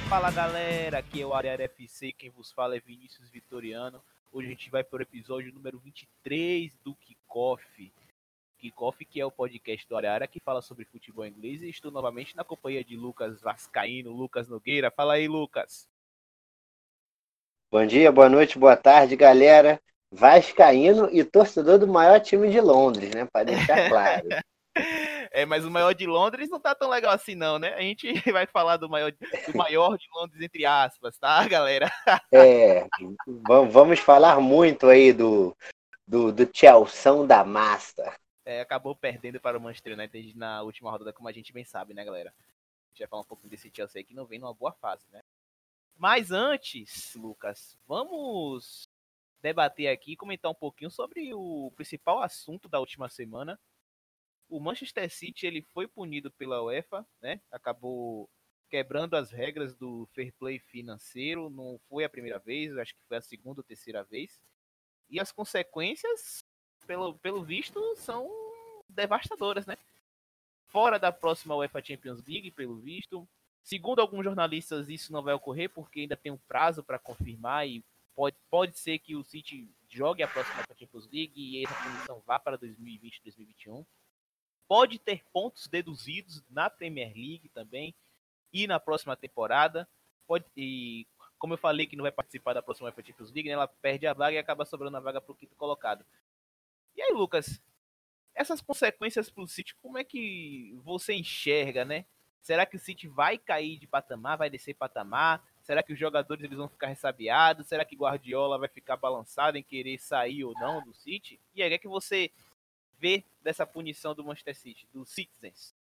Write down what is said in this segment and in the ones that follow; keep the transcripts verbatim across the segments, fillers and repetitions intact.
Fala galera, aqui é o Arara F C, quem vos fala é Vinícius Vitoriano. Hoje a gente vai para o episódio número vinte e três do Kickoff. Kickoff, que é o podcast do Arara que fala sobre futebol inglês, e estou novamente na companhia de Lucas Vascaíno, Lucas Nogueira. Fala aí, Lucas. Bom dia, boa noite, boa tarde, galera. Vascaíno e torcedor do maior time de Londres, né? Para deixar claro. É, mas o maior de Londres não tá tão legal assim não, né? A gente vai falar do maior, do maior de Londres, entre aspas, tá, galera? É, vamos falar muito aí do, do, do Chelsea da massa. É, acabou perdendo para o Manchester United na última rodada, como a gente bem sabe, né, galera? A gente vai falar um pouco desse Chelsea aí que não vem numa boa fase, né? Mas antes, Lucas, vamos debater aqui e comentar um pouquinho sobre o principal assunto da última semana. O Manchester City ele foi punido pela UEFA, né? Acabou quebrando as regras do fair play financeiro. Não foi a primeira vez, acho que foi a segunda ou terceira vez. E as consequências, pelo, pelo visto, são devastadoras, né? Fora da próxima UEFA Champions League, pelo visto. Segundo alguns jornalistas, isso não vai ocorrer porque ainda tem um prazo para confirmar e pode, pode ser que o City jogue a próxima Champions League e essa punição vá para dois mil e vinte, dois mil e vinte e um. Pode ter pontos deduzidos na Premier League também e na próxima temporada. Pode, e como eu falei que não vai participar da próxima UEFA Champions League, né, ela perde a vaga e acaba sobrando a vaga para o quinto colocado. E aí, Lucas, essas consequências para o City, como é que você enxerga, né? Será que o City vai cair de patamar, vai descer patamar? Será que os jogadores eles vão ficar ressabiados? Será que Guardiola vai ficar balançado em querer sair ou não do City? E aí, o que é que você vê dessa punição do Manchester City, dos Citizens?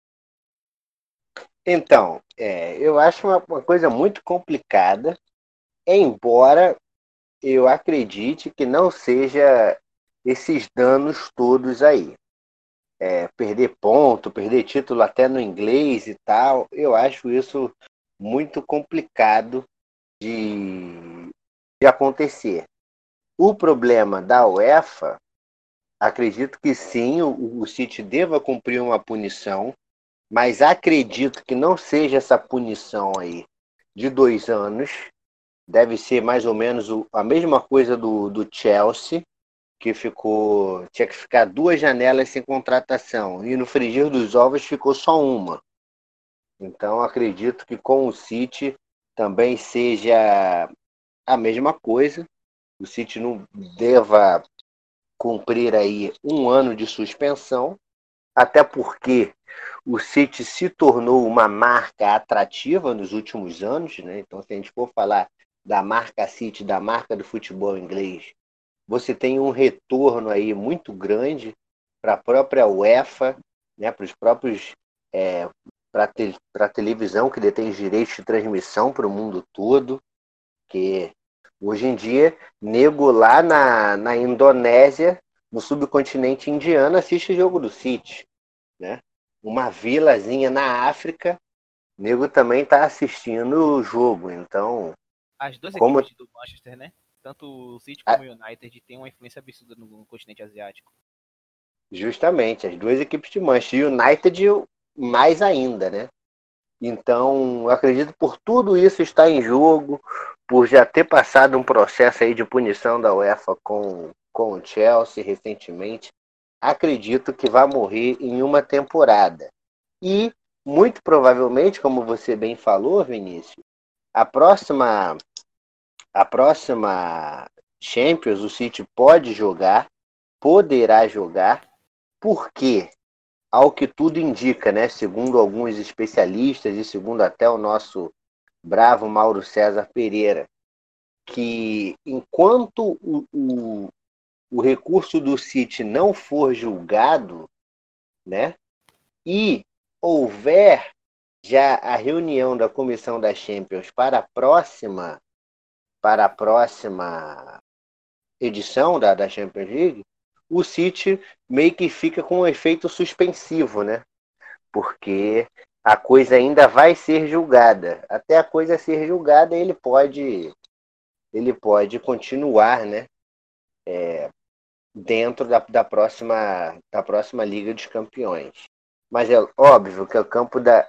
Então, é, eu acho uma, uma coisa muito complicada, embora eu acredite que não seja esses danos todos aí. É, perder ponto, perder título até no inglês e tal, eu acho isso muito complicado de, de acontecer. O problema da UEFA, acredito que sim, o, o City deva cumprir uma punição, mas acredito que não seja essa punição aí de dois anos. Deve ser mais ou menos o, a mesma coisa do, do Chelsea, que ficou tinha que ficar duas janelas sem contratação e no frigir dos ovos ficou só uma. Então acredito que com o City também seja a mesma coisa. O City não deva cumprir aí um ano de suspensão, até porque o City se tornou uma marca atrativa nos últimos anos, né? Então, se a gente for falar da marca City, da marca do futebol inglês, você tem um retorno aí muito grande para a própria UEFA, né? Para os próprios é, para te, a televisão que detém os direitos de transmissão para o mundo todo, que hoje em dia, nego lá na, na Indonésia, no subcontinente indiano, assiste o jogo do City, né? Uma vilazinha na África, nego também está assistindo o jogo. Então, As duas como equipes do Manchester, né? Tanto o City como o United têm uma influência absurda no, no continente asiático. justamente as duas equipes de Manchester, United mais ainda, né? Então, eu acredito por tudo isso estar em jogo, por já ter passado um processo aí de punição da UEFA com, com o Chelsea recentemente, acredito que vai morrer em uma temporada. E, muito provavelmente, como você bem falou, Vinícius, a próxima, a próxima Champions, o City pode jogar, poderá jogar, porque ao que tudo indica, né, segundo alguns especialistas e segundo até o nosso bravo Mauro César Pereira, que enquanto o, o, o recurso do City não for julgado, né, e houver já a reunião da comissão da Champions para a próxima, para a próxima edição da, da Champions League, o City meio que fica com um efeito suspensivo, né? Porque a coisa ainda vai ser julgada. Até a coisa ser julgada, ele pode, ele pode continuar, né? É, dentro da, da, próxima, da próxima Liga dos Campeões. Mas é óbvio que o campo da,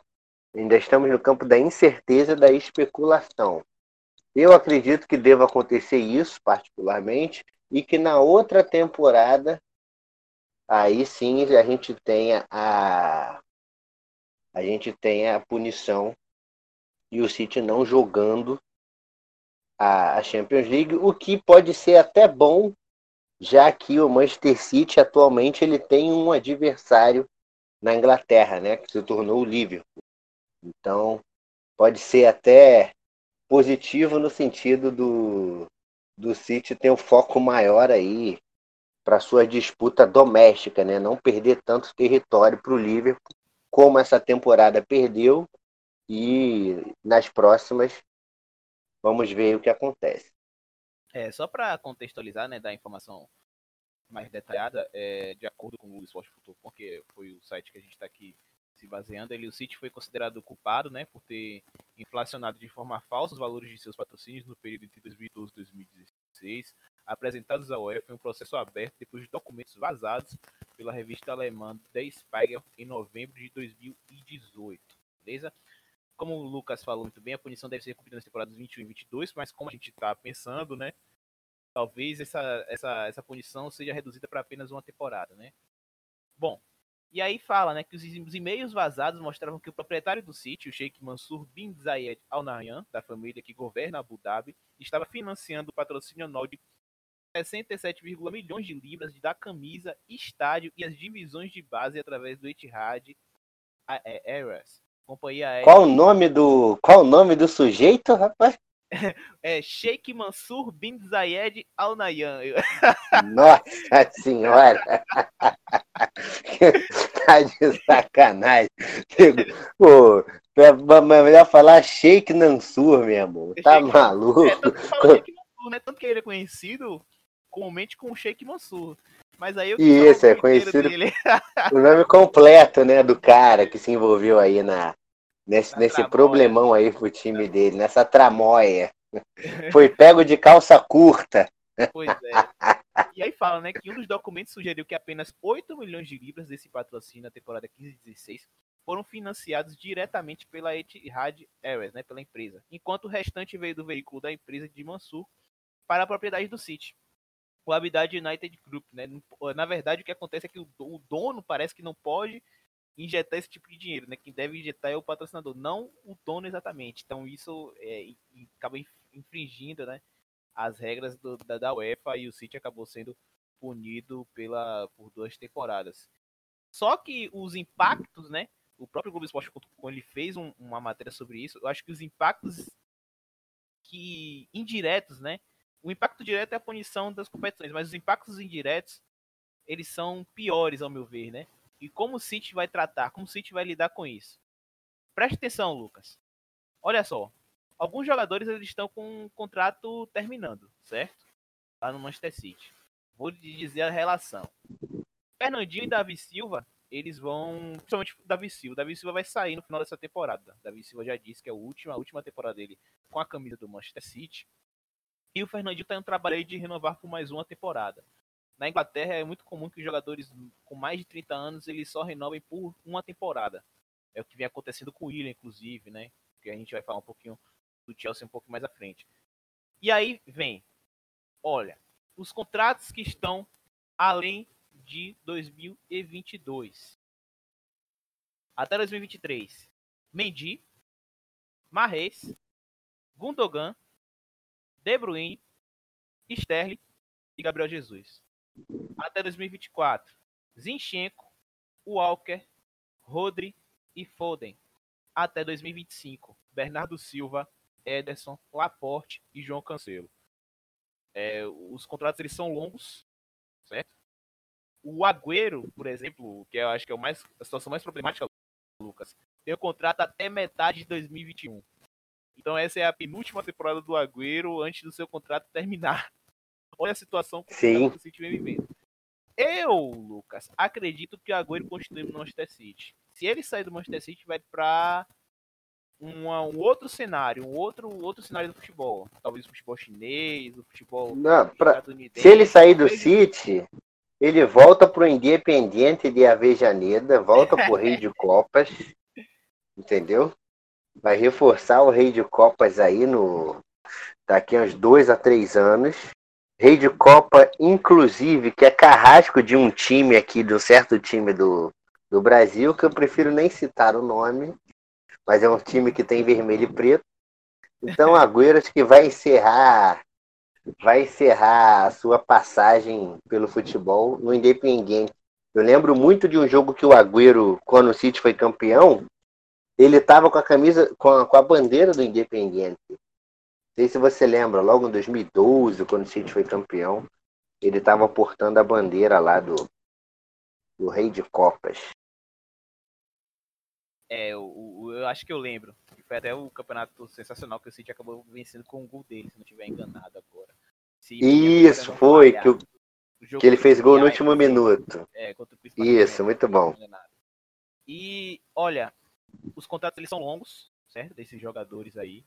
Ainda estamos no campo da incerteza, da especulação. Eu acredito que deva acontecer isso, particularmente, e que na outra temporada, aí sim a gente tenha a, a gente tenha a punição e o City não jogando a Champions League, o que pode ser até bom, já que o Manchester City atualmente ele tem um adversário na Inglaterra, né, que se tornou o Liverpool. Então, pode ser até positivo no sentido do, do City ter um foco maior aí para sua disputa doméstica, né, não perder tanto território para o Liverpool, como essa temporada perdeu, e nas próximas vamos ver o que acontece. É, só para contextualizar, né, dar informação mais detalhada, é, de acordo com o Esporte Futuro, porque foi o site que a gente está aqui se baseando, ele, o City foi considerado culpado, né, por ter inflacionado de forma falsa os valores de seus patrocínios no período entre dois mil e doze e dois mil e dezesseis, apresentados à UEFA em um processo aberto depois de documentos vazados pela revista alemã Der Spiegel em novembro de dois mil e dezoito, beleza? Como o Lucas falou muito bem, a punição deve ser cumprida nas temporadas vinte e um e vinte e dois, mas como a gente está pensando, né, talvez essa, essa, essa punição seja reduzida para apenas uma temporada, né? Bom, e aí fala, né, que os e-mails vazados mostravam que o proprietário do sítio, o Sheikh Mansour bin Zayed Al Nahyan, da família que governa Abu Dhabi, estava financiando o patrocínio anual de sessenta e sete vírgula um milhões de libras da camisa, estádio e as divisões de base através do Etihad Airways, companhia aérea. Qual o nome do, qual o nome do sujeito, rapaz? É Sheikh Mansour bin Zayed Al Nahyan. Nossa senhora! Tá de sacanagem. Pô, é melhor falar Sheikh Mansour, meu amor. Tá Sheikh maluco? É, tanto que fala Sheikh Mansour, né? Tanto que ele é conhecido comumente como Sheikh Mansour. Mas aí eu quis falar Isso, o é nome inteiro conhecido dele. o nome completo, né, do cara que se envolveu aí na, nesse, Na nesse tramóia. problemão aí pro time dele, nessa tramóia. Foi pego de calça curta. Pois é. E aí fala, né, que um dos documentos sugeriu que apenas oito milhões de libras desse patrocínio na temporada quinze e dezesseis foram financiados diretamente pela Etihad Airways, né, pela empresa, enquanto o restante veio do veículo da empresa de Mansour para a propriedade do City, o Abidad United Group, né? Na verdade, o que acontece é que o dono parece que não pode injetar esse tipo de dinheiro, né? Quem deve injetar é o patrocinador, não o dono exatamente. Então isso é, acaba infringindo, né, as regras do, da, da UEFA, e o City acabou sendo punido pela, por duas temporadas. Só que os impactos, né? O próprio Globo Esporte, quando ele fez um, uma matéria sobre isso, eu acho que os impactos que indiretos, né? O impacto direto é a punição das competições, mas os impactos indiretos, eles são piores, ao meu ver, né? E como o City vai tratar, como o City vai lidar com isso? Preste atenção, Lucas. Olha só, alguns jogadores eles estão com um contrato terminando, certo? Lá no Manchester City. Vou lhe dizer a relação. Fernandinho e Davi Silva, eles vão... Principalmente o Davi Silva. Davi Silva vai sair no final dessa temporada. Davi Silva já disse que é a última, a última temporada dele com a camisa do Manchester City. E o Fernandinho está em um trabalho de renovar por mais uma temporada. Na Inglaterra é muito comum que os jogadores com mais de trinta anos eles só renovem por uma temporada. É o que vem acontecendo com o Willian, inclusive, né? Que a gente vai falar um pouquinho do Chelsea um pouco mais à frente. E aí vem, olha, os contratos que estão além de dois mil e vinte e dois. Até dois mil e vinte e três. Mendy, Mahrez, Gundogan, De Bruyne, Sterling e Gabriel Jesus. Até dois mil e vinte e quatro, Zinchenko, Walker, Rodri e Foden. Até dois mil e vinte e cinco, Bernardo Silva, Ederson, Laporte e João Cancelo. É, os contratos eles são longos, certo? O Agüero, por exemplo, que eu acho que é o mais, a situação mais problemática, Lucas, tem o contrato até metade de dois mil e vinte e um. Então essa é a penúltima temporada do Agüero antes do seu contrato terminar. Olha a situação que o City vem vivendo. Eu, Lucas, acredito que o Agüero continue no Manchester City. Se ele sair do Manchester City, vai para um outro cenário, um outro, outro cenário do futebol. Talvez o futebol chinês, o futebol Não, pra... estadunidense. Se ele sair do City, ele volta pro Independiente de Avejaneda, volta pro Rio de Copas, entendeu? vai reforçar o Rei de Copas aí no daqui a uns dois a três anos. Rei de Copa, inclusive, que é carrasco de um time aqui, de um certo time do, do Brasil, que eu prefiro nem citar o nome, mas é um time que tem vermelho e preto. Então, Agüero acho que vai encerrar, vai encerrar a sua passagem pelo futebol no Independiente. Eu lembro muito de um jogo que o Agüero, quando o City foi campeão, ele estava com a camisa, com a, com a bandeira do Independiente. Não sei se você lembra, logo em dois mil e doze, quando o City foi campeão, ele estava portando a bandeira lá do, do Rei de Copas. É, o, o, eu acho que eu lembro. Foi até o campeonato sensacional que o City acabou vencendo com um gol dele, se não estiver enganado agora. Se minha memória Isso, não foi, falhar. que, o, O jogo que ele contra o fez gol no P I, último minuto. é, contra o Crystal Isso, Palace, muito bom. e, olha, os contratos eles são longos, certo? Desses jogadores aí.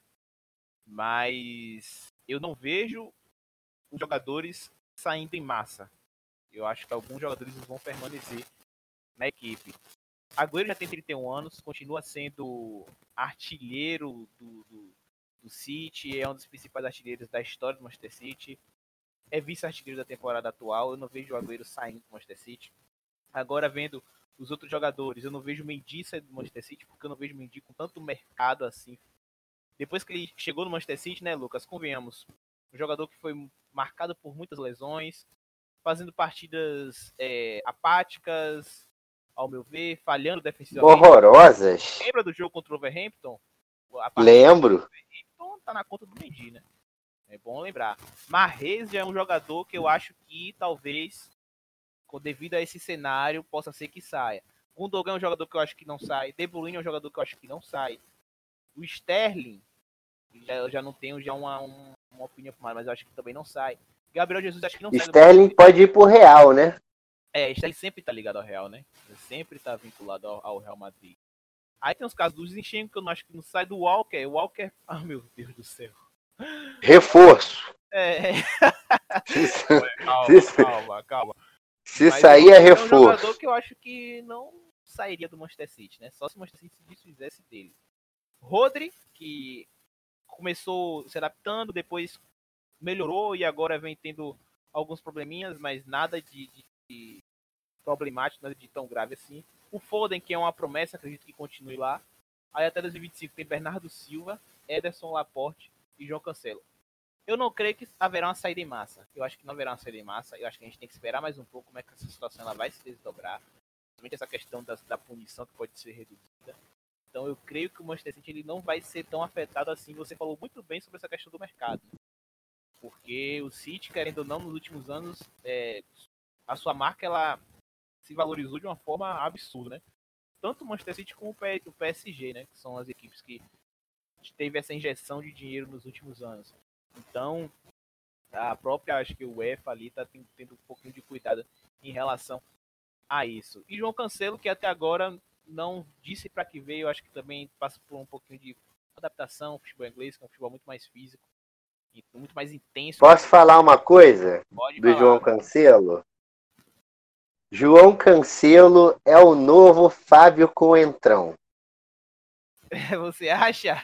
Mas eu não vejo os jogadores saindo em massa. Eu acho que alguns jogadores vão permanecer na equipe. Agüero já tem trinta e um anos, continua sendo artilheiro do, do, do City, é um dos principais artilheiros da história do Manchester City. É vice-artilheiro da temporada atual. Eu não vejo o Agüero saindo do Manchester City. Agora, vendo os outros jogadores, eu não vejo o Mendy sair do Manchester City, porque eu não vejo o Mendy com tanto mercado assim. Depois que ele chegou no Manchester City, né, Lucas? Convenhamos. Um jogador que foi marcado por muitas lesões, fazendo partidas é, apáticas, ao meu ver, falhando defensivamente. Horrorosas. Lembra do jogo contra o Wolverhampton? A partida Lembro. contra o Wolverhampton tá na conta do Mendy, né? É bom lembrar. Mahrez já é um jogador que eu acho que talvez, devido a esse cenário, possa ser que saia. Gundogan é um jogador que eu acho que não sai. De Bruyne é um jogador que eu acho que não sai. O Sterling, já, eu já não tenho já uma, uma, uma opinião formada, mas eu acho que também não sai. Gabriel Jesus acho que não sai. Sterling pode ir pro Real, né? É, Sterling sempre tá ligado ao Real, né? Ele sempre tá vinculado ao, ao Real Madrid. Aí tem os casos do Zinchenko, que eu não acho que não sai, do Walker. O Walker, ah, oh, meu Deus do céu. Reforço. É. Se, calma, se, calma, calma. se Mas sair é é um jogador reforço. que eu acho que não sairia do Manchester City, né? Só se o Manchester City se desfizesse dele. Rodri, que começou se adaptando, depois melhorou e agora vem tendo alguns probleminhas, mas nada de, de, de problemático, nada de tão grave assim. O Foden, que é uma promessa, acredito que continue lá. Aí até dois mil e vinte e cinco tem Bernardo Silva, Ederson Laporte e João Cancelo. Eu não creio que haverá uma saída em massa. Eu acho que não haverá uma saída em massa. Eu acho que a gente tem que esperar mais um pouco como é que essa situação ela vai se desdobrar. Principalmente essa questão da, da punição que pode ser reduzida. Então eu creio que o Manchester City ele não vai ser tão afetado assim. Você falou muito bem sobre essa questão do mercado. Né? Porque o City, querendo ou não, nos últimos anos, é, a sua marca ela se valorizou de uma forma absurda. Né? Tanto o Manchester City como o P S G, né? Que são as equipes que teve essa injeção de dinheiro nos últimos anos. Então, a própria, acho que o UEFA ali tá tendo um pouquinho de cuidado em relação a isso. E João Cancelo, que até agora não disse para que veio, acho que também passa por um pouquinho de adaptação ao futebol inglês, que é um futebol muito mais físico, muito mais intenso. Posso falar uma coisa Pode do João falar. Cancelo? João Cancelo é o novo Fábio Coentrão. Você acha?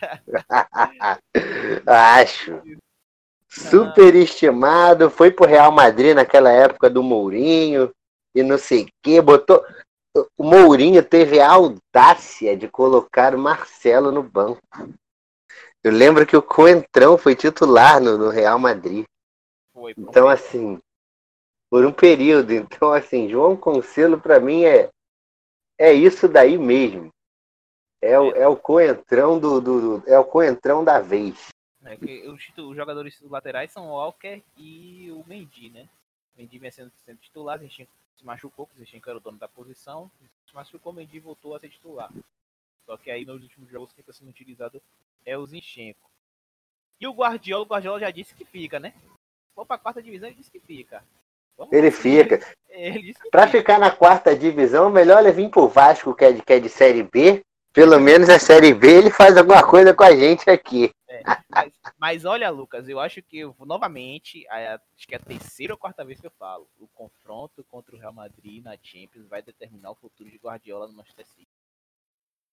Acho. Superestimado, foi pro Real Madrid naquela época do Mourinho e não sei o que, botou. O Mourinho teve a audácia de colocar o Marcelo no banco. Eu lembro que o Coentrão foi titular no, no Real Madrid. Foi, por um Então, período. assim, por um período. Então, assim, João Cancelo, para mim, é, é isso daí mesmo. É o, é o Coentrão do, do, do. É o Coentrão da vez. É que os, os jogadores laterais são o Walker e o Mendy, né? O Mendy vem sendo, sendo titular, a gente se machucou, porque o Zinchenko era o dono da posição, se machucou, o Mendy voltou a ser titular. Só que aí nos últimos jogos quem está sendo utilizado é o Zinchenko. E o Guardiola, o Guardiola já disse que fica, né? Vou pra quarta divisão e disse que fica. Vamos Ele conseguir. fica. Ele disse que Pra fica. ficar na quarta divisão, melhor ele vir pro Vasco, que é de, que é de Série B. Pelo menos a Série B ele faz alguma coisa com a gente aqui. É, mas, mas olha, Lucas, eu acho que eu, novamente, a, acho que é a terceira ou quarta vez que eu falo, o confronto contra o Real Madrid na Champions vai determinar o futuro de Guardiola no Manchester City. No,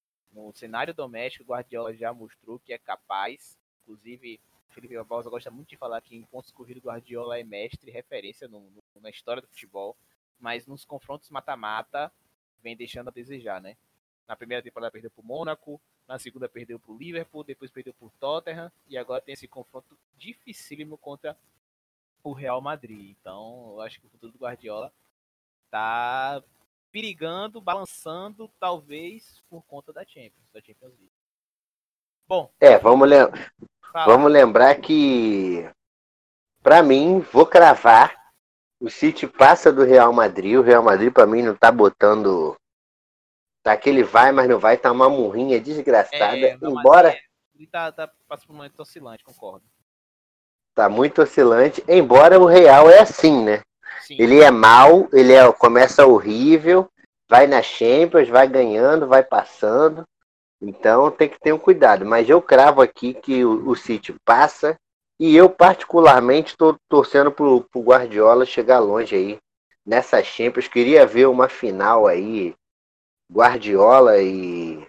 no cenário doméstico, o Guardiola já mostrou que é capaz. Inclusive, o Felipe Barbosa gosta muito de falar que em pontos corridos o Guardiola é mestre, referência no, no, na história do futebol. Mas nos confrontos mata-mata, vem deixando a desejar, né? Na primeira temporada perdeu para o Mônaco, na segunda perdeu para o Liverpool, depois perdeu para o Tottenham, e agora tem esse confronto dificílimo contra o Real Madrid. Então, eu acho que o futuro do Guardiola tá perigando, balançando, talvez por conta da Champions, da Champions League. Bom, é, vamos, lem- vamos lembrar que, para mim, vou cravar, o City passa do Real Madrid, o Real Madrid para mim não tá botando, tá aquele vai, mas não vai, tá uma murrinha desgraçada, é, embora... É, ele tá, tá passando por um momento oscilante, concordo. Tá muito oscilante, embora o Real é assim, né? Sim. Ele é mal, ele é, começa horrível, vai na Champions, vai ganhando, vai passando. Então tem que ter um cuidado. Mas eu cravo aqui que o, o City passa e eu particularmente estou torcendo pro, pro Guardiola chegar longe aí nessa Champions. Queria ver uma final aí, Guardiola e,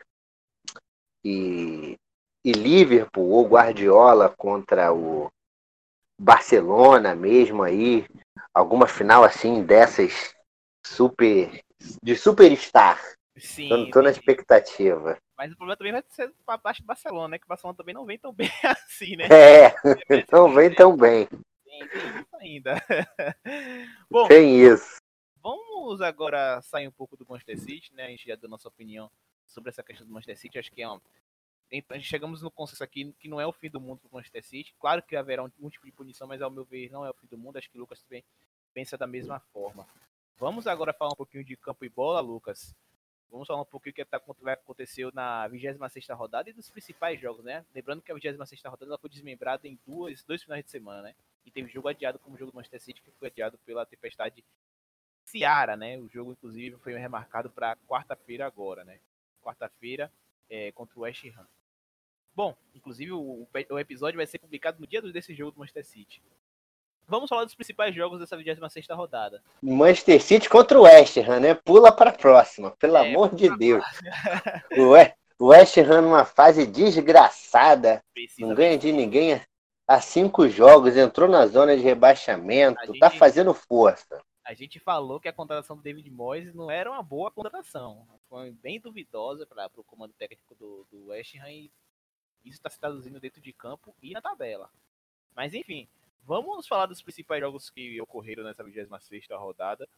e, e Liverpool, ou Guardiola contra o Barcelona mesmo aí, alguma final assim dessas super de superstar. Sim, Tô, tô na expectativa. Mas o problema também vai ser pra baixo do Barcelona, né? Que o Barcelona também não vem tão bem assim, né? É, não vem tão bem. Tem, tem isso ainda. Bom, Tem isso. vamos agora sair um pouco do Manchester City, né? A gente já deu nossa opinião sobre essa questão do Manchester City. Acho que é uma... chegamos no consenso aqui que não é o fim do mundo para o Manchester City. Claro que haverá um, um tipo de punição, mas ao meu ver não é o fim do mundo. Acho que o Lucas também pensa da mesma forma. Vamos agora falar um pouquinho de campo e bola, Lucas. Vamos falar um pouquinho o que tá, aconteceu na vigésima sexta rodada e dos principais jogos, né? Lembrando que a vigésima sexta rodada ela foi desmembrada em duas, dois finais de semana, né? E teve jogo adiado como o jogo do Manchester City, que foi adiado pela tempestade Ciara, né? O jogo, inclusive, foi remarcado para quarta-feira agora, né? Quarta-feira é, contra o West Ham. Bom, inclusive o, o episódio vai ser publicado no dia desse jogo do Manchester City. Vamos falar dos principais jogos dessa vigésima sexta rodada. Manchester City contra o West Ham, né? Pula para a próxima, pelo é, amor de Deus. O West Ham numa fase desgraçada, Precisa não ganha vencer. De ninguém há cinco jogos, entrou na zona de rebaixamento, gente, tá fazendo força. A gente falou que a contratação do David Moyes não era uma boa contratação, foi bem duvidosa para o comando técnico do, do West Ham e isso está se traduzindo dentro de campo e na tabela. Mas enfim, vamos falar dos principais jogos que ocorreram nessa vigésima sexta rodada.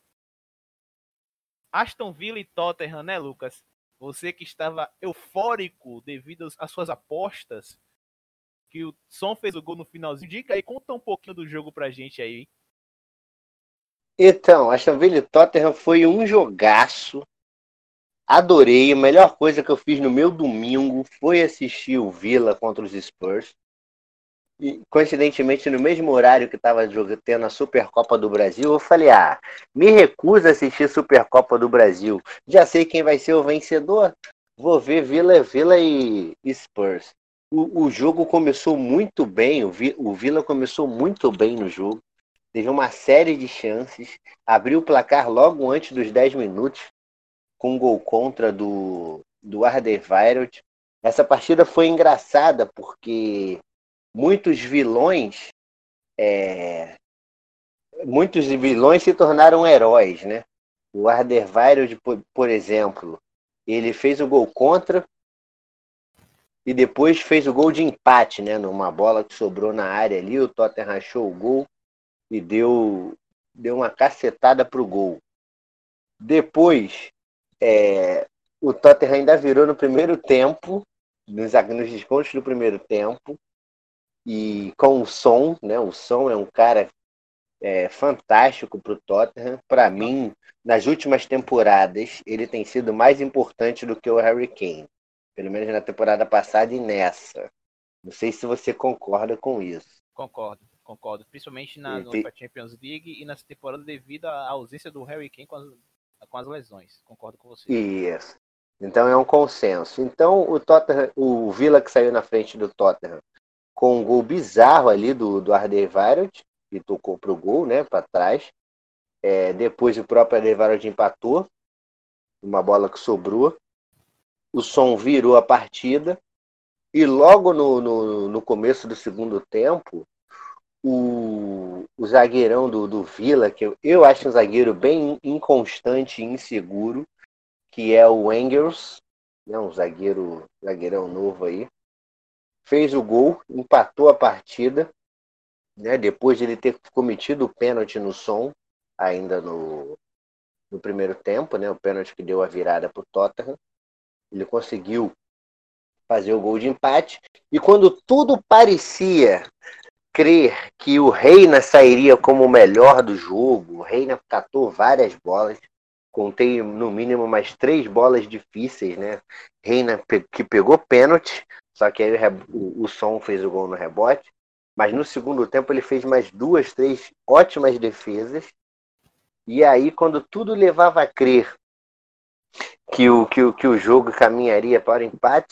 Aston Villa e Tottenham, né, Lucas? Você que estava eufórico devido às suas apostas, que o Son fez o gol no finalzinho. Diga aí, conta um pouquinho do jogo pra gente aí. Então, Aston Villa e Tottenham foi um jogaço. Adorei. A melhor coisa que eu fiz no meu domingo foi assistir o Villa contra os Spurs. E, coincidentemente, no mesmo horário que estava tendo a Supercopa do Brasil, eu falei, ah, me recuso a assistir Supercopa do Brasil. Já sei quem vai ser o vencedor. Vou ver Villa, Villa e Spurs. O, o jogo começou muito bem, o, Vi, o Villa começou muito bem no jogo. Teve uma série de chances. Abriu o placar logo antes dos dez minutos, com um gol contra do, do Alderweireld. Essa partida foi engraçada, porque muitos vilões é, muitos vilões se tornaram heróis, né? O Alderweireld, por, por exemplo, ele fez o gol contra e depois fez o gol de empate, né? Numa bola que sobrou na área ali, o Tottenham achou o gol e deu, deu uma cacetada pro gol. Depois, é, o Tottenham ainda virou no primeiro tempo, nos, nos descontos do primeiro tempo, e com o Son, né? O Son é um cara é, fantástico para o Tottenham. Para mim, nas últimas temporadas, ele tem sido mais importante do que o Harry Kane. Pelo menos na temporada passada e nessa. Não sei se você concorda com isso. Concordo, concordo. Principalmente na tem... Champions League e nessa temporada devido à ausência do Harry Kane com as, com as lesões. Concordo com você. Isso. Então é um consenso. Então o Tottenham, o Villa que saiu na frente do Tottenham com um gol bizarro ali do, do Alderweireld, que tocou pro gol, né, para trás. É, depois o próprio Alderweireld empatou, uma bola que sobrou. o Son virou a partida e logo no, no, no começo do segundo tempo, o, o zagueirão do, do Villa, que eu, eu acho um zagueiro bem inconstante e inseguro, que é o Engels, né, um zagueiro, zagueirão novo aí, fez o gol, empatou a partida, né, depois de ele ter cometido o pênalti no Son, ainda no, no primeiro tempo, né, o pênalti que deu a virada para o Tottenham. Ele conseguiu fazer o gol de empate, e quando tudo parecia crer que o Reina sairia como o melhor do jogo, o Reina catou várias bolas, contei no mínimo mais três bolas difíceis, né? Reina que pegou pênalti, só que aí o, o Son fez o gol no rebote, mas no segundo tempo ele fez mais duas, três ótimas defesas, e aí quando tudo levava a crer que o, que o, que o jogo caminharia para o empate,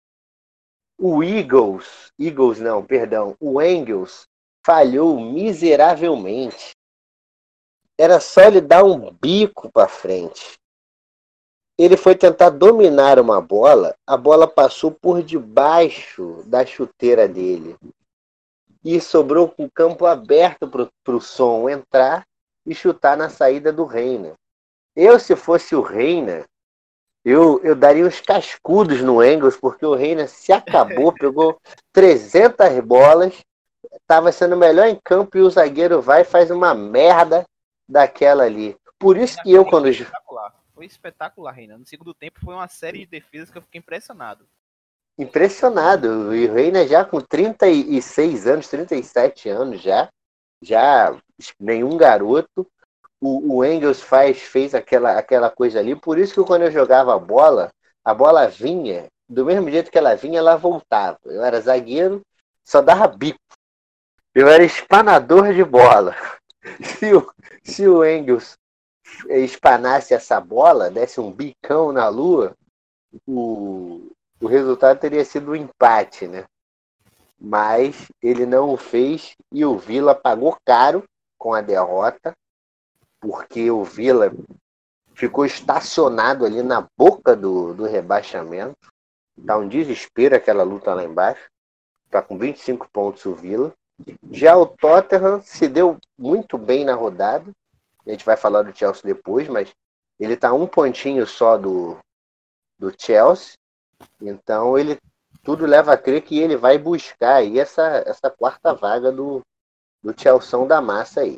o Eagles, Eagles não, perdão, o Engels falhou miseravelmente. Era só ele dar um bico para frente. Ele foi tentar dominar uma bola, a bola passou por debaixo da chuteira dele. E sobrou com o campo aberto para o Son entrar e chutar na saída do Reina. Eu, se fosse o Reina, eu, eu daria uns cascudos no Engels, porque o Reina se acabou, pegou trezentas bolas, estava sendo melhor em campo e o zagueiro vai e faz uma merda daquela ali. Por isso que eu, quando... Espetacular. Foi espetacular, Reina. No segundo tempo foi uma série de defesas que eu fiquei impressionado. Impressionado. E o Reina já com trinta e seis anos, trinta e sete anos já, já nenhum garoto. O, o Engels faz, fez aquela, aquela coisa ali. Por isso que quando eu jogava a bola, a bola vinha, do mesmo jeito que ela vinha, ela voltava. Eu era zagueiro, só dava bico. Eu era espanador de bola. Se o, se o Engels espanasse essa bola, desse um bicão na lua, o, o resultado teria sido um empate, né? Mas ele não o fez e o Villa pagou caro com a derrota, porque o Villa ficou estacionado ali na boca do, do rebaixamento. Tá um desespero aquela luta lá embaixo. Tá com vinte e cinco pontos o Villa. Já o Tottenham se deu muito bem na rodada. A gente vai falar do Chelsea depois, mas ele tá um pontinho só do, do Chelsea. Então ele tudo leva a crer que ele vai buscar aí essa, essa quarta vaga do, do Chelsea da massa aí.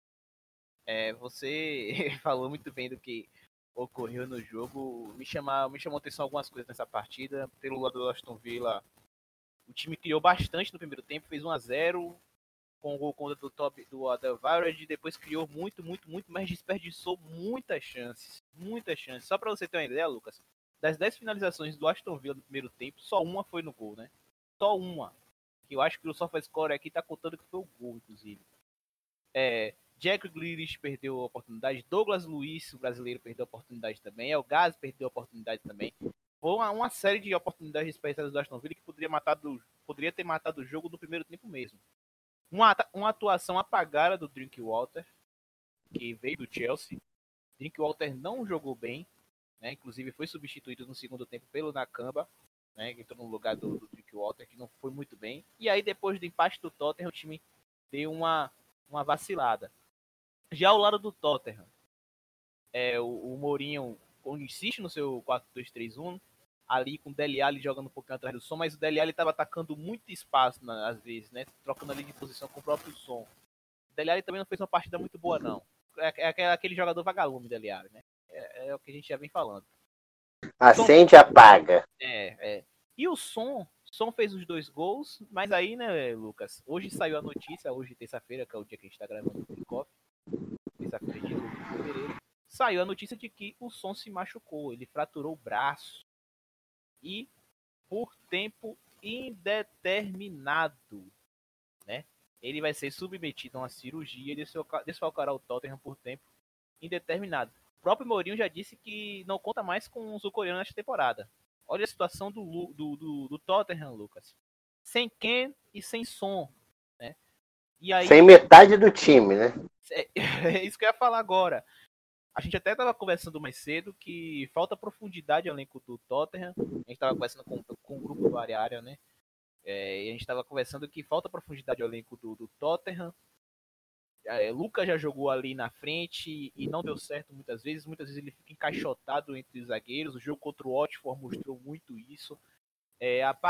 É, você falou muito bem do que ocorreu no jogo. Me, chama, me chamou a atenção algumas coisas nessa partida. Pelo lado do Aston Villa, o time criou bastante no primeiro tempo, fez um a zero com o gol contra do top do Alderweireld, depois criou muito, muito, muito, mas desperdiçou muitas chances. Muitas chances. Só para você ter uma ideia, Lucas, das dez finalizações do Aston Villa no primeiro tempo, só uma foi no gol, né? Só uma. Que eu acho que o SofaScore aqui tá contando que foi o gol, inclusive. É, Jack Grealish perdeu a oportunidade, Douglas Luiz, o brasileiro, perdeu a oportunidade também, El Ghazi perdeu a oportunidade também. Foi uma, uma série de oportunidades desperdiçadas do Aston Villa que poderia, matar do, poderia ter matado o jogo no primeiro tempo mesmo. Uma, uma atuação apagada do Drinkwater, que veio do Chelsea. Drinkwater não jogou bem, né? Inclusive foi substituído no segundo tempo pelo Nakamba, né? Que entrou no lugar do, do Drinkwater, que não foi muito bem. E aí, depois do empate do Tottenham, o time deu uma, uma vacilada. Já ao lado do Tottenham, é, o, o Mourinho insiste no seu quatro dois três um, ali com o Dele Alli jogando um pouquinho atrás do Son, mas o Dele Alli estava atacando muito espaço na, às vezes, né? Trocando ali de posição com o próprio Son. O Dele Alli também não fez uma partida muito boa, não. É, é aquele jogador vagalume, Dele Alli, né? É, é o que a gente já vem falando. Acende e apaga. É, é. E o Son, Son fez os dois gols, mas aí, né, Lucas? Hoje saiu a notícia, hoje terça-feira, que é o dia que a gente tá gravando o Kickoff, terça-feira, dia doze de fevereiro, saiu a notícia de que o Son se machucou, ele fraturou o braço. E por tempo indeterminado, né? Ele vai ser submetido a uma cirurgia e desfalcará o Tottenham por tempo indeterminado. O próprio Mourinho já disse que não conta mais com o sul-coreano nesta temporada. Olha a situação do, do, do, do Tottenham, Lucas. Sem Ken e sem Son, né? E aí, sem metade do time, né? É, é isso que eu ia falar agora. A gente até estava conversando mais cedo que falta profundidade ao elenco do Tottenham. A gente estava conversando com, com o grupo do Área, né? É, e a gente estava conversando que falta profundidade ao elenco do, do Tottenham. É, Lucas já jogou ali na frente e não deu certo muitas vezes. Muitas vezes ele fica encaixotado entre os zagueiros. O jogo contra o Watford mostrou muito isso. É, a,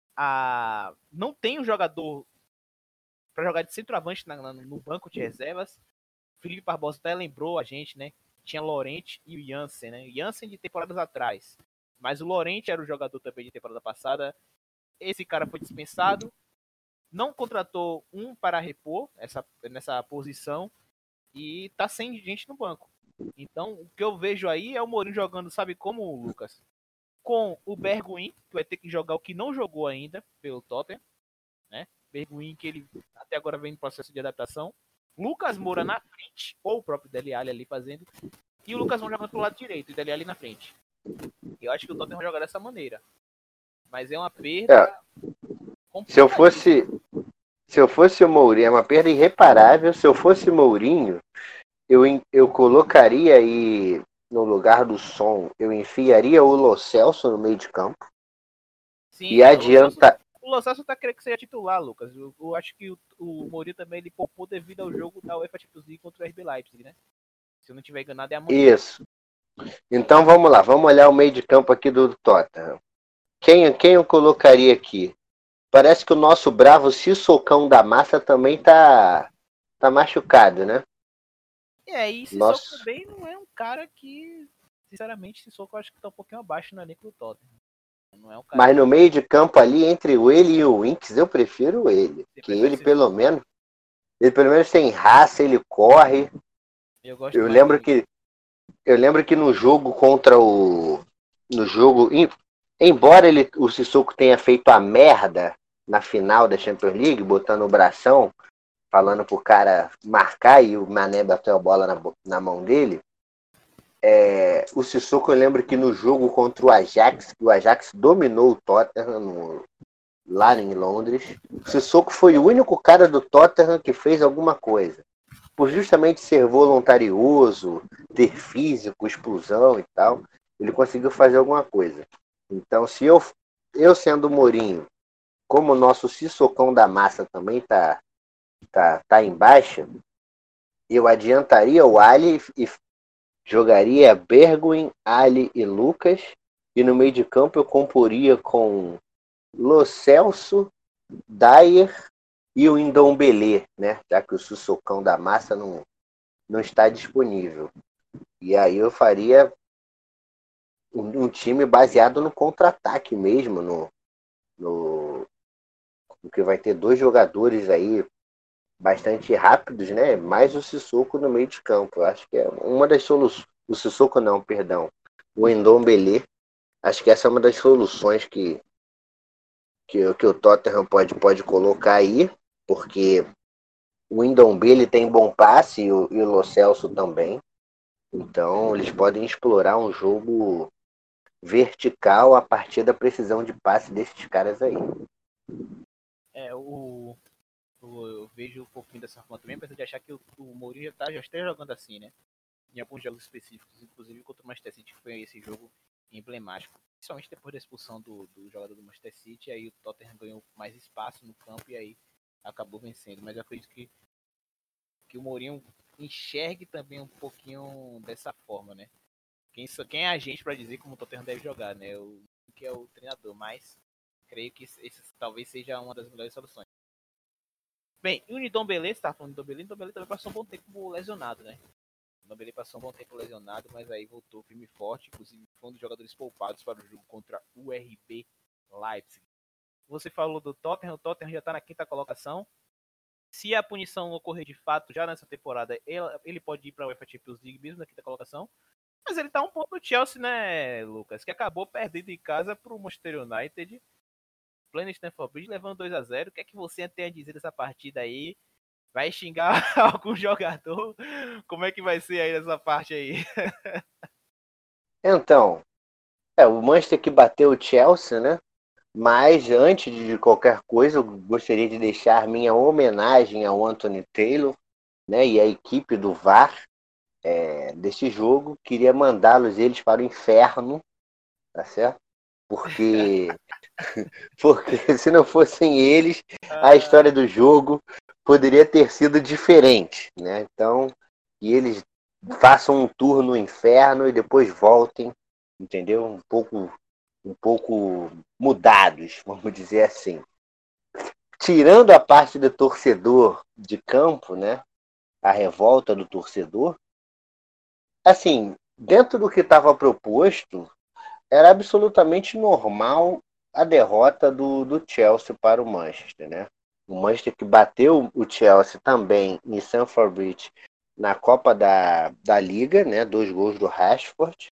a, não tem um jogador para jogar de centroavante na, na, no banco de reservas. Felipe Barbosa até lembrou a gente, né? Tinha Lorente e o Jansen, né? Jansen de temporadas atrás. Mas o Lorente era o jogador também de temporada passada. Esse cara foi dispensado. Não contratou um para repor essa, nessa posição. E tá sem gente no banco. Então, o que eu vejo aí é o Mourinho jogando, sabe como, Lucas? Com o Bergwijn, que vai ter que jogar o que não jogou ainda pelo Tottenham. Né? Bergwijn, que ele até agora vem em processo de adaptação. Lucas Moura na frente, ou o próprio Dele Alli ali fazendo, e o Lucas Moura jogando pro lado direito, e o Dele Alli na frente. Eu acho que o Tottenham vai jogar dessa maneira. Mas é uma perda. É. Se eu fosse. Se eu fosse o Mourinho, é uma perda irreparável. Se eu fosse Mourinho, eu, eu colocaria aí no lugar do Son, eu enfiaria o Lo Celso no meio de campo. Sim, e adianta. O Lo Celso tá querendo que seja titular, Lucas. Eu, eu acho que o, o Mourinho também ele poupou devido ao jogo da UEFA Champions League contra o R B Leipzig, né? Se eu não tiver enganado, é amanhã. Isso. Então vamos lá, vamos olhar o meio de campo aqui do Tottenham. Quem, quem eu colocaria aqui? Parece que o nosso bravo Sissocão da Massa também tá, tá machucado, né? É, e Sissoko Nossa. também não é um cara que, sinceramente, Sissoko eu acho que tá um pouquinho abaixo na elenco do Tottenham. Não é um cara Mas que... no meio de campo ali, entre o ele e o Winks, eu prefiro ele. Você que ele pelo Sissoko? menos. Ele pelo menos tem raça, ele corre. Eu, gosto eu lembro dele. que. Eu lembro que no jogo contra o. No jogo. Embora ele, o Sissoko tenha feito a merda na final da Champions League, botando o bração, falando pro cara marcar e o Mané bateu a bola na, na mão dele. É, o Sissoko, eu lembro que no jogo contra o Ajax, o Ajax dominou o Tottenham no, lá em Londres. O Sissoko foi o único cara do Tottenham que fez alguma coisa. Por justamente ser voluntarioso, ter físico, explosão e tal, ele conseguiu fazer alguma coisa. Então, se eu, eu sendo o Mourinho, como o nosso Sissocão da Massa também tá, tá, tá em baixa, eu adiantaria o Ali e jogaria Bergwijn, Ali e Lucas, e no meio de campo eu comporia com Lo Celso, Dyer e o Ndombele, né? Já que o Sissocão da Massa não, não está disponível. E aí eu faria um, um time baseado no contra-ataque mesmo, no, no, no que vai ter dois jogadores aí bastante rápidos, né? Mais o Sissoko no meio de campo. Eu acho que é uma das soluções. O Sissoko não, perdão. O Ndombele. Acho que essa é uma das soluções que, que, que o Tottenham pode, pode colocar aí, porque o Ndombele tem bom passe e o, e o Lo Celso também. Então, eles podem explorar um jogo vertical a partir da precisão de passe desses caras aí. É, o... eu vejo um pouquinho dessa forma também, apesar de achar que o, o Mourinho já, tá, já esteja jogando assim, né? Em alguns jogos específicos, inclusive contra o Manchester City, que foi esse jogo emblemático. Principalmente depois da expulsão do, do jogador do Manchester City, aí o Tottenham ganhou mais espaço no campo e aí acabou vencendo. Mas eu acredito que, que o Mourinho enxergue também um pouquinho dessa forma, né? Quem, quem é a gente para dizer como o Tottenham deve jogar, né? O que é o treinador, mas creio que esse talvez seja uma das melhores soluções. Bem, e o Ndombele, você tá falando do Ndombele, o Ndombele também passou um bom tempo lesionado, né? O Ndombele passou um bom tempo lesionado, mas aí voltou firme e forte, inclusive foi um dos jogadores poupados para o jogo contra o R B Leipzig. Você falou do Tottenham, o Tottenham já tá na quinta colocação. Se a punição ocorrer de fato já nessa temporada, ele, ele pode ir para a UEFA Champions League mesmo na quinta colocação. Mas ele tá um pouco no Chelsea, né, Lucas? Que acabou perdendo em casa pro Manchester United. Plano Stamford Bridge levando dois a zero. O que é que você tem a dizer dessa partida aí? Vai xingar algum jogador? Como é que vai ser aí nessa parte aí? Então, é, o Manchester que bateu o Chelsea, né? Mas antes de qualquer coisa, eu gostaria de deixar minha homenagem ao Anthony Taylor, né? E à equipe do V A R, é, deste jogo, queria mandá-los eles para o inferno, tá certo? Porque, porque se não fossem eles, a história Ah, do jogo poderia ter sido diferente, né? Então, que eles façam um tour no inferno e depois voltem, entendeu? Um pouco, um pouco mudados, vamos dizer assim. Tirando a parte do torcedor de campo, né? A revolta do torcedor, assim, dentro do que estava proposto, era absolutamente normal a derrota do, do Chelsea para o Manchester, né? O Manchester que bateu o Chelsea também em Stamford Bridge na Copa da, da Liga, né? Dois gols do Rashford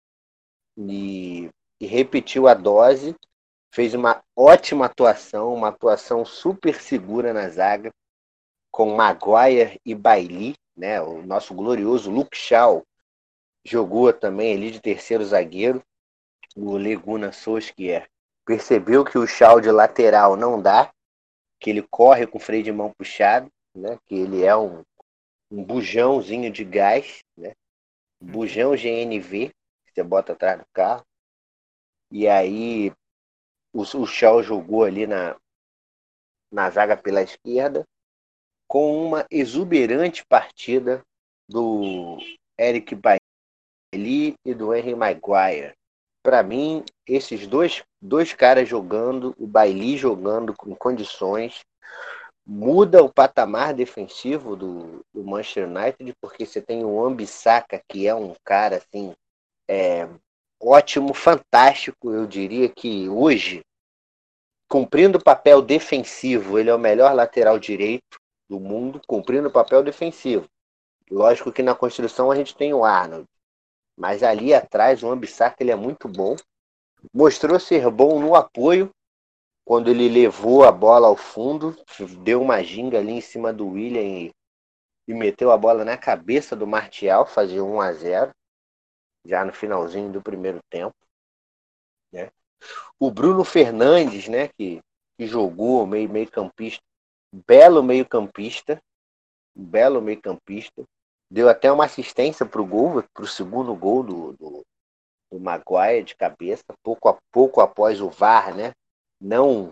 e, e repetiu a dose, fez uma ótima atuação, uma atuação super segura na zaga com Maguire e Bailly, né? O nosso glorioso Luke Shaw jogou também ali de terceiro zagueiro. O Leguna Solskjaer percebeu que o Shaw de lateral não dá, que ele corre com o freio de mão puxado, né? Que ele é um, um bujãozinho de gás, né? Bujão G N V, que você bota atrás do carro. E aí o, o Shaw jogou ali na, na zaga pela esquerda, com uma exuberante partida do Eric Bailly e do Henry Maguire. Para mim, esses dois, dois caras jogando, o Bailly jogando com condições, muda o patamar defensivo do, do Manchester United, porque você tem o Wan-Bissaka, que é um cara assim, é, ótimo, fantástico. Eu diria que hoje, cumprindo o papel defensivo, ele é o melhor lateral direito do mundo, cumprindo o papel defensivo. Lógico que na construção a gente tem o Arnold, mas ali atrás o Wan-Bissaka ele é muito bom. Mostrou ser bom no apoio, quando ele levou a bola ao fundo, deu uma ginga ali em cima do William e, e meteu a bola na cabeça do Martial, fazia um a zero, já no finalzinho do primeiro tempo, né? O Bruno Fernandes, né, que, que jogou meio, meio campista, belo meio campista, belo meio campista, deu até uma assistência para o gol, para o segundo gol do, do, do Maguire de cabeça, pouco a pouco após o V A R, né, não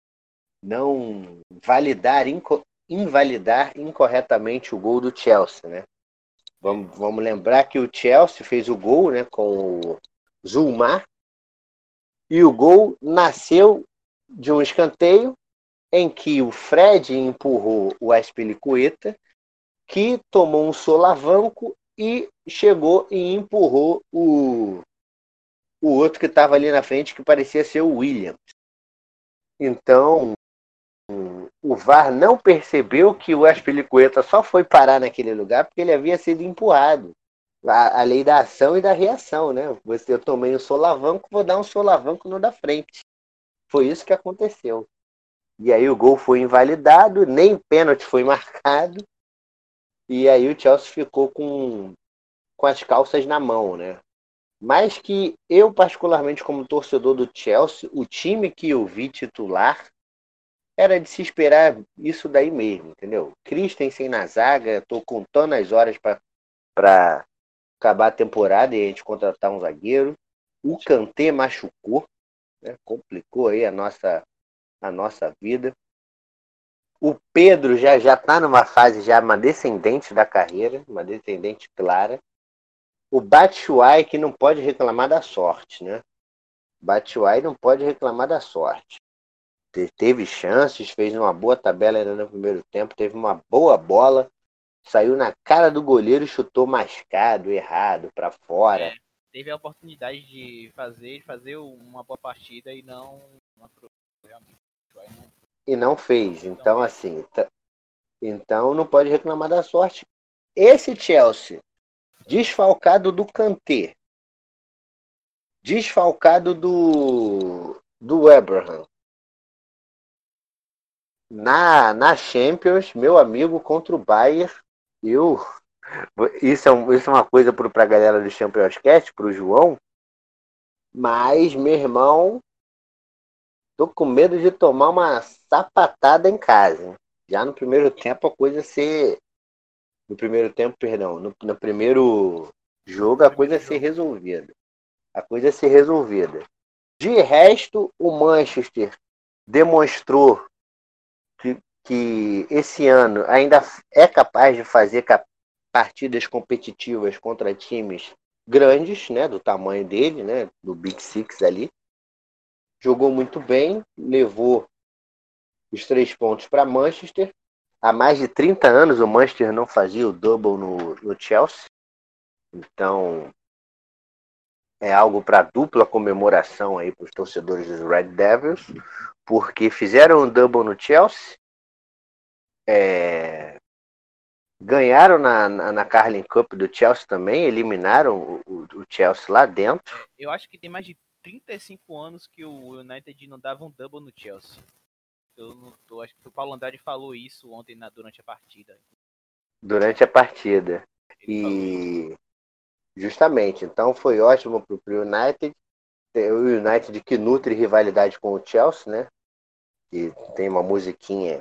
não validar, inco, invalidar incorretamente o gol do Chelsea, né? Vamos, vamos lembrar que o Chelsea fez o gol, né, com o Zulmar, e o gol nasceu de um escanteio em que o Fred empurrou o Azpilicueta, que tomou um solavanco e chegou e empurrou o, o outro que estava ali na frente, que parecia ser o William. Então, o V A R não percebeu que o Azpilicueta só foi parar naquele lugar porque ele havia sido empurrado. A, a lei da ação e da reação, né? Você, eu tomei um solavanco, vou dar um solavanco no da frente. Foi isso que aconteceu. E aí o gol foi invalidado, nem pênalti foi marcado, e aí o Chelsea ficou com, com as calças na mão, né? Mas que eu, particularmente como torcedor do Chelsea, o time que eu vi titular era de se esperar isso daí mesmo, entendeu? Christensen na zaga, tô contando as horas para acabar a temporada e a gente contratar um zagueiro. O Kanté machucou, né? Complicou aí a nossa, a nossa vida. O Pedro já já está numa fase já uma descendente da carreira, uma descendente clara. O Batshuayi que não pode reclamar da sorte, né? Batshuayi não pode reclamar da sorte. Teve chances, fez uma boa tabela ainda no primeiro tempo, teve uma boa bola, saiu na cara do goleiro e chutou mascado, errado, para fora. É, teve a oportunidade de fazer, fazer uma boa partida e não, não realmente. E não fez. Então, assim, t- então não pode reclamar da sorte. Esse Chelsea, desfalcado do Kanté, desfalcado do, do Abraham, na, na Champions, meu amigo, contra o Bayern, eu, isso, é um, isso é uma coisa para a galera do Champions Cast, para o João, mas, meu irmão, tô com medo de tomar uma sapatada em casa. Hein? Já no primeiro tempo a coisa ser No primeiro tempo, perdão. No, no primeiro jogo, a coisa ia ser resolvida. A coisa ia ser resolvida. De resto, o Manchester demonstrou que, que esse ano ainda é capaz de fazer partidas competitivas contra times grandes, né, do tamanho dele, né, do Big Six ali. Jogou muito bem, levou os três pontos para Manchester. Há mais de trinta anos o Manchester não fazia o double no, no Chelsea. Então, é algo para dupla comemoração aí para os torcedores dos Red Devils, porque fizeram um double no Chelsea, é, ganharam na, na, na Carling Cup do Chelsea também, eliminaram o, o, o Chelsea lá dentro. É, eu acho que tem mais de trinta e cinco anos que o United não dava um double no Chelsea. Eu não tô, acho que o Paulo Andrade falou isso ontem na, durante a partida. Durante a partida. Ele e justamente, então foi ótimo para o United. O United que nutre rivalidade com o Chelsea, né? E tem uma musiquinha,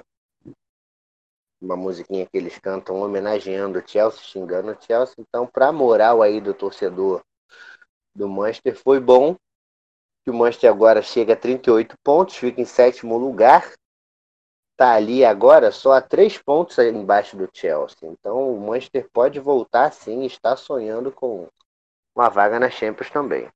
uma musiquinha que eles cantam homenageando o Chelsea, xingando o Chelsea. Então, para a moral aí do torcedor do Manchester, foi bom que o Manchester agora chega a trinta e oito pontos, fica em sétimo lugar. Está ali agora só a três pontos embaixo do Chelsea. Então, o Manchester pode voltar sim, está sonhando com uma vaga na Champions também.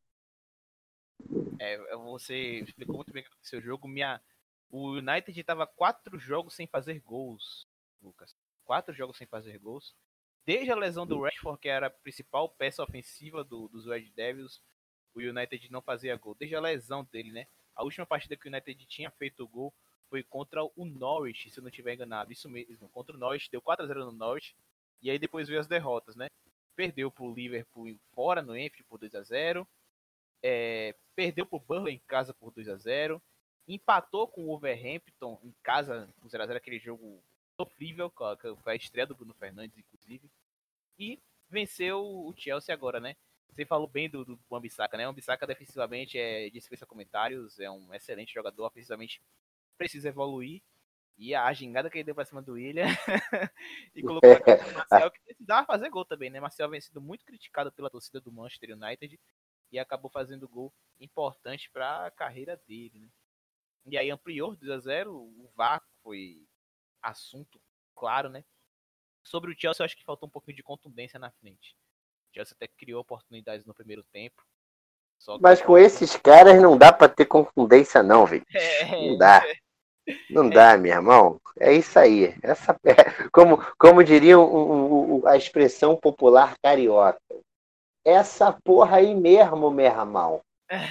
É, você explicou muito bem o seu jogo. Minha, o United estava quatro jogos sem fazer gols, Lucas. Quatro jogos sem fazer gols. Desde a lesão do Rashford, que era a principal peça ofensiva do, dos Red Devils, o United não fazia gol. Desde a lesão dele, né? A última partida que o United tinha feito gol foi contra o Norwich, se eu não estiver enganado. Isso mesmo, contra o Norwich. Deu quatro a zero no Norwich. E aí depois veio as derrotas, né? Perdeu para o Liverpool fora no Anfield por dois a zero. É, perdeu para o Burnley em casa por dois a zero. Empatou com o Wolverhampton em casa por zero a zero, aquele jogo sofrível, que foi a estreia do Bruno Fernandes, inclusive. E venceu o Chelsea agora, né? Você falou bem do, do Wan-Bissaka, né? O Wan-Bissaka defensivamente é dispensa comentários, é um excelente jogador, ofensivamente precisa evoluir. E a gingada que ele deu pra cima do Willian e colocou na cara do Marcial, que precisava fazer gol também, né? Marcial vem sido muito criticado pela torcida do Manchester United e acabou fazendo gol importante para a carreira dele, né? E aí ampliou dois a zero, o V A R foi assunto, claro, né? Sobre o Chelsea, eu acho que faltou um pouquinho de contundência na frente. O Chelsea até criou oportunidades no primeiro tempo. Só que... Mas com esses caras não dá para ter contundência não, velho. É... Não dá. Não é. dá, meu irmão. É isso aí. Essa, como, como diria o, o, a expressão popular carioca. Essa porra aí mesmo, meu irmão.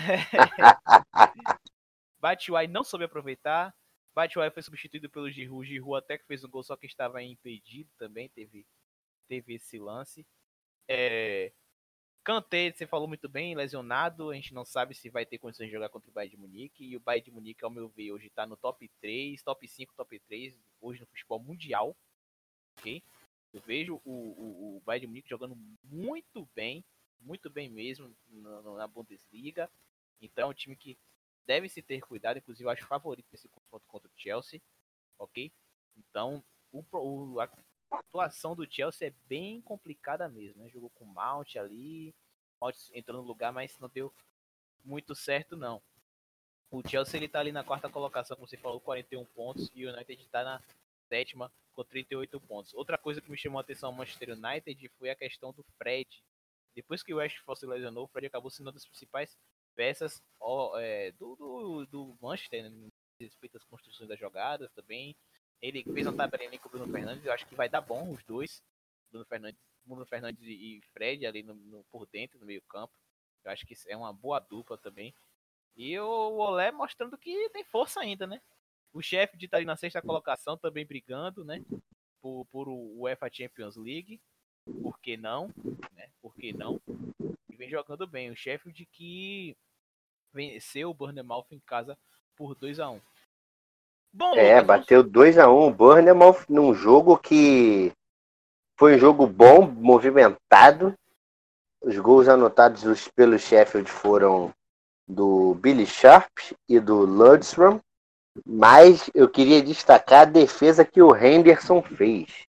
Batshuayi não soube aproveitar. Batshuayi foi substituído pelo Giroud. Giroud até que fez um gol, só que estava impedido também. Teve, teve esse lance. É... Kanté, você falou muito bem, lesionado. A gente não sabe se vai ter condições de jogar contra o Bayern de Munique. E o Bayern de Munique, ao meu ver, hoje está no top três, top cinco, top três, hoje no futebol mundial. Ok? Eu vejo o, o, o Bayern de Munique jogando muito bem, muito bem mesmo na, na Bundesliga. Então é um time que deve se ter cuidado. Inclusive, eu acho favorito nesse confronto contra o Chelsea. Ok? Então, o, o, a atuação do Chelsea é bem complicada mesmo, né? Jogou com o Mount ali, Mount entrou no lugar, mas não deu muito certo, não. O Chelsea, ele tá ali na quarta colocação, como você falou, quarenta e um pontos, e o United tá na sétima com trinta e oito pontos. Outra coisa que me chamou a atenção ao Manchester United foi a questão do Fred. Depois que o Rashford se lesionou, o Fred acabou sendo uma das principais peças ó, é, do, do, do Manchester, né? Respeito às construções das jogadas também. Ele fez uma tabelinha com o Bruno Fernandes, eu acho que vai dar bom os dois, Bruno Fernandes, Bruno Fernandes e Fred ali no, no, por dentro, no meio campo. Eu acho que é uma boa dupla também. E o Olé mostrando que tem força ainda, né? O chefe de estar ali na sexta colocação também brigando, né? Por, por o UEFA Champions League. Por que não? Né? Por que não? E vem jogando bem. O chefe de que venceu o Bournemouth em casa por dois a um. Bom, é, Lucas, bateu dois a um o Bournemouth num jogo que foi um jogo bom, movimentado. Os gols anotados pelo Sheffield foram do Billy Sharp e do Lundstram, mas eu queria destacar a defesa que o Henderson fez.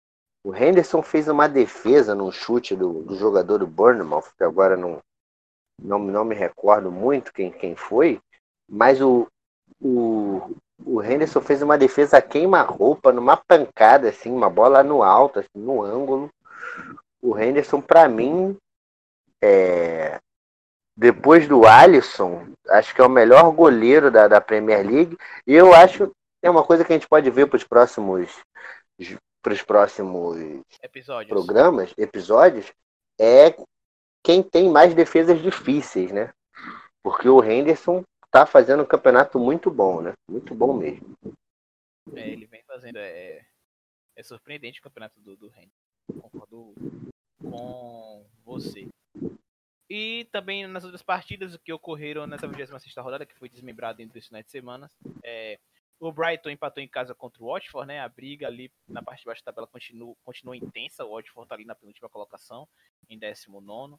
O Henderson fez uma defesa num chute do, do jogador do Bournemouth, que agora não, não, não me recordo muito quem, quem foi, mas o, o, o Henderson fez uma defesa queima-roupa, numa pancada, assim, uma bola no alto, assim, no ângulo. O Henderson, para mim, é, depois do Alisson, acho que é o melhor goleiro da, da Premier League. E eu acho que é uma coisa que a gente pode ver para os próximos, pros próximos Episódios. programas, episódios, é quem tem mais defesas difíceis, né? Porque o Henderson tá fazendo um campeonato muito bom, né? Muito bom mesmo. É, ele vem fazendo. É, é surpreendente o campeonato do, do Henderson. Concordo com você. E também nas outras partidas que ocorreram nessa vigésima sexta rodada, que foi desmembrada entre os finais de semana, é, o Brighton empatou em casa contra o Watford, né? A briga ali na parte de baixo da tabela continua, continua intensa. O Watford tá ali na penúltima colocação, em décimo nono.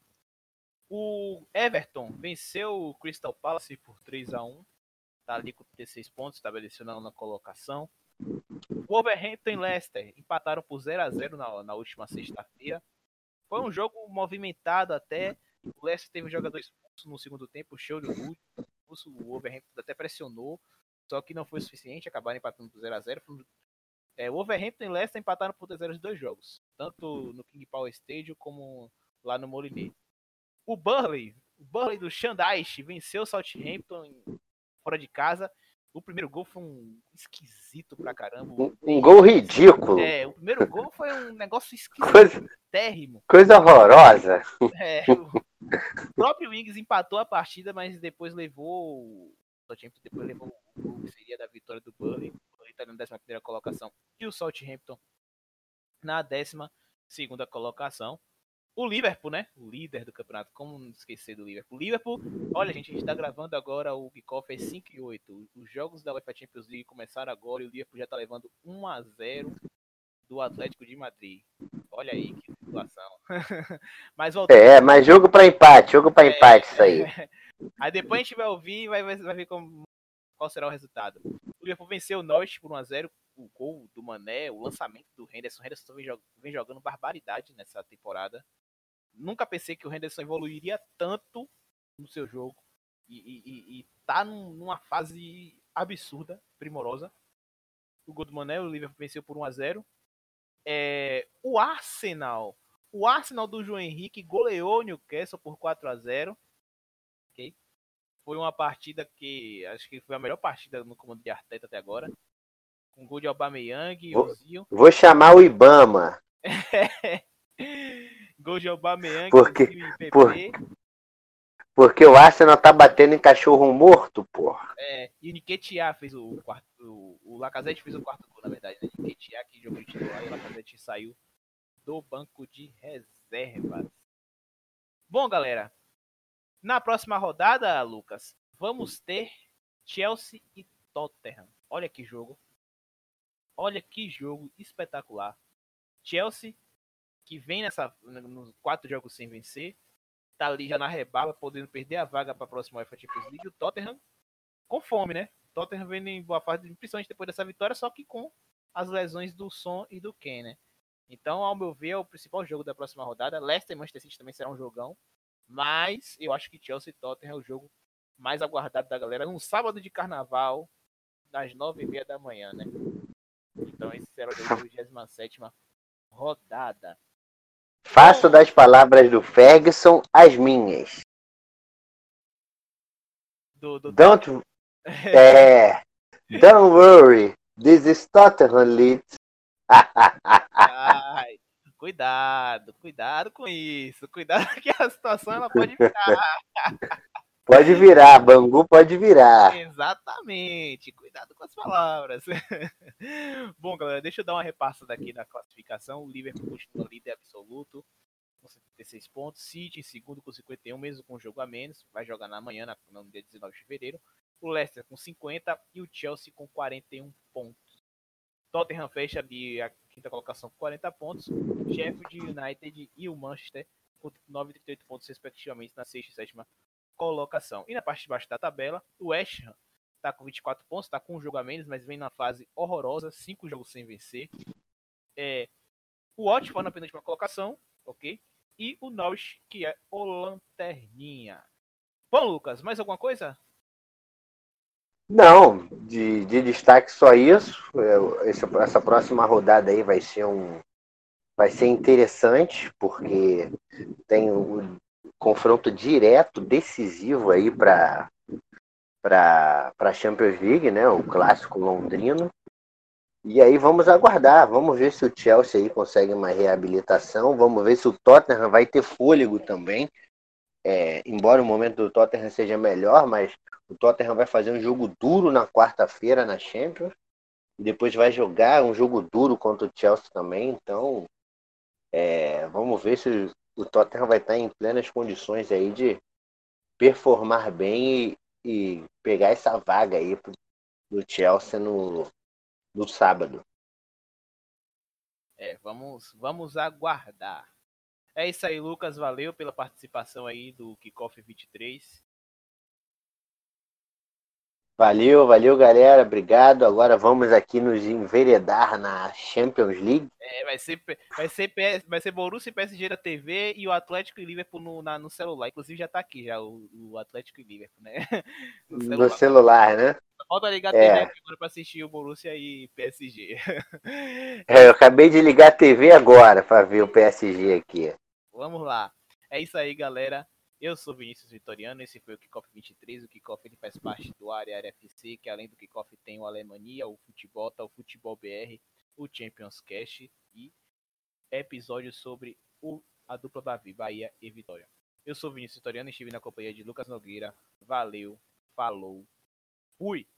O Everton venceu o Crystal Palace por três a um. Tá ali com dezesseis pontos, estabelecendo na colocação. O Wolverhampton e Leicester empataram por zero a zero na, na última sexta-feira. Foi um jogo movimentado até. O Leicester teve um jogador expulso no segundo tempo, o Sheldon Wood. O Wolverhampton até pressionou, só que não foi suficiente, acabaram empatando por zero a zero. É, o Wolverhampton e Leicester empataram por dois a zero os dois jogos, tanto no King Power Stadium como lá no Molineux. O Burnley, o Burnley do Shandaish venceu o Southampton fora de casa. O primeiro gol foi um esquisito pra caramba. Um, um gol ridículo. É, o primeiro gol foi um negócio esquisito, coisa, térrimo. Coisa horrorosa. É, o próprio Wings empatou a partida, mas depois levou o Southampton, depois levou o gol que seria da vitória do Burnley. O Burnley está na décima primeira colocação e o Southampton na décima segunda colocação. O Liverpool, né? O líder do campeonato. Como não esquecer do Liverpool? O Liverpool, olha, gente, a gente tá gravando agora o kickoff é cinco e oito. Os jogos da UEFA Champions League começaram agora e o Liverpool já tá levando um a zero do Atlético de Madrid. Olha aí que situação. Mas voltando... É, mas jogo pra empate, jogo pra é... empate isso aí. Aí depois a gente vai ouvir e vai, vai, vai ver como, qual será o resultado. O Liverpool venceu o Norwich por um a zero. O gol do Mané, o lançamento do Henderson. O Henderson vem, vem jogando barbaridade nessa temporada. Nunca pensei que o Henderson evoluiria tanto no seu jogo. E, e, e, e tá num, numa fase absurda, primorosa. O gol do Mané, o Liverpool venceu por um a zero. É, o Arsenal. O Arsenal do João Henrique goleou o Newcastle por quatro a zero. Okay? Foi uma partida que acho que foi a melhor partida no comando de Arteta até agora. Com gol de Aubameyang e Ozil. Vou chamar o Ibama. Gol de Aubameyang, porque, Ozil e P P. Porque, porque o Arsenal tá batendo em cachorro morto, porra. É, e o Nketiah fez o quarto. O, o Lacazette fez o quarto gol, na verdade. Né? O Nketiah que jogou de titular e o Lacazette saiu do banco de reservas. Bom, galera. Na próxima rodada, Lucas, vamos ter Chelsea e Tottenham. Olha que jogo. Olha que jogo espetacular. Chelsea, que vem nessa, nos quatro jogos sem vencer, tá ali já na rebaba, podendo perder a vaga para a próxima UEFA Champions League. O Tottenham com fome, né? O Tottenham vem em boa fase, principalmente depois dessa vitória, só que com as lesões do Son e do Kane, né? Então, ao meu ver, é o principal jogo da próxima rodada. Leicester e Manchester City também será um jogão. Mas eu acho que Chelsea e Tottenham é o jogo mais aguardado da galera. Num sábado de carnaval, das nove e meia da manhã, né? Então esse será o jogo da vigésima sétima rodada. Faço das palavras do Ferguson as minhas. Do, do Don't, é, don't worry, this is Tottenham Leeds. Ai, cuidado, cuidado com isso. Cuidado que a situação ela pode virar. Pode virar, Bangu pode virar. Exatamente, cuidado com as palavras. Bom, galera, deixa eu dar uma repassada aqui na classificação. O Liverpool continua líder absoluto, com setenta e seis pontos. City em segundo com cinquenta e um, mesmo com um jogo a menos. Vai jogar na manhã, no dia dezenove de fevereiro. O Leicester com cinquenta e o Chelsea com quarenta e um pontos. Tottenham fecha ali a quinta colocação com quarenta pontos. Sheffield United e o Manchester com trinta e nove e trinta e oito pontos, respectivamente, na sexta e sétima colocação. E na parte de baixo da tabela, o West Ham está com vinte e quatro pontos, está com um jogo a menos, mas vem na fase horrorosa, cinco jogos sem vencer. É, O Watford na penúltima colocação, ok? E o Norwich, que é o lanterninha. Bom, Lucas, mais alguma coisa? Não, de, de destaque só isso. É, essa, essa próxima rodada aí vai ser um, vai ser interessante, porque tem o confronto direto, decisivo aí para para a Champions League, né? O clássico londrino. E aí vamos aguardar, vamos ver se o Chelsea aí consegue uma reabilitação, vamos ver se o Tottenham vai ter fôlego também. É, embora o momento do Tottenham seja melhor, mas o Tottenham vai fazer um jogo duro na quarta-feira na Champions. E depois vai jogar um jogo duro contra o Chelsea também. Então, é, vamos ver se o Tottenham vai estar em plenas condições aí de performar bem e, e pegar essa vaga aí do Chelsea no, no sábado. É, vamos, vamos aguardar. É isso aí, Lucas. Valeu pela participação aí do Kickoff vinte e três. Valeu, valeu, galera. Obrigado. Agora vamos aqui nos enveredar na Champions League. É, vai ser, vai ser, vai ser Borussia e P S G na T V e o Atlético e Liverpool no, na, no celular. Inclusive já tá aqui já o, o Atlético e Liverpool, né? No No celular. celular, né? Falta ligar a T V É. aqui agora pra assistir o Borussia e P S G. É, eu acabei de ligar a T V agora para ver o P S G aqui. Vamos lá. É isso aí, galera. Eu sou Vinícius Vitoriano, esse foi o Kickoff vinte e três. O Kickoff ele faz parte do Área Área F C, que além do Kickoff tem o Alemania, o Futebol, o Futebol B R, o Champions Cash e episódios sobre o, a dupla Bavi, Bahia e Vitória. Eu sou Vinícius Vitoriano e estive na companhia de Lucas Nogueira. Valeu, falou, fui!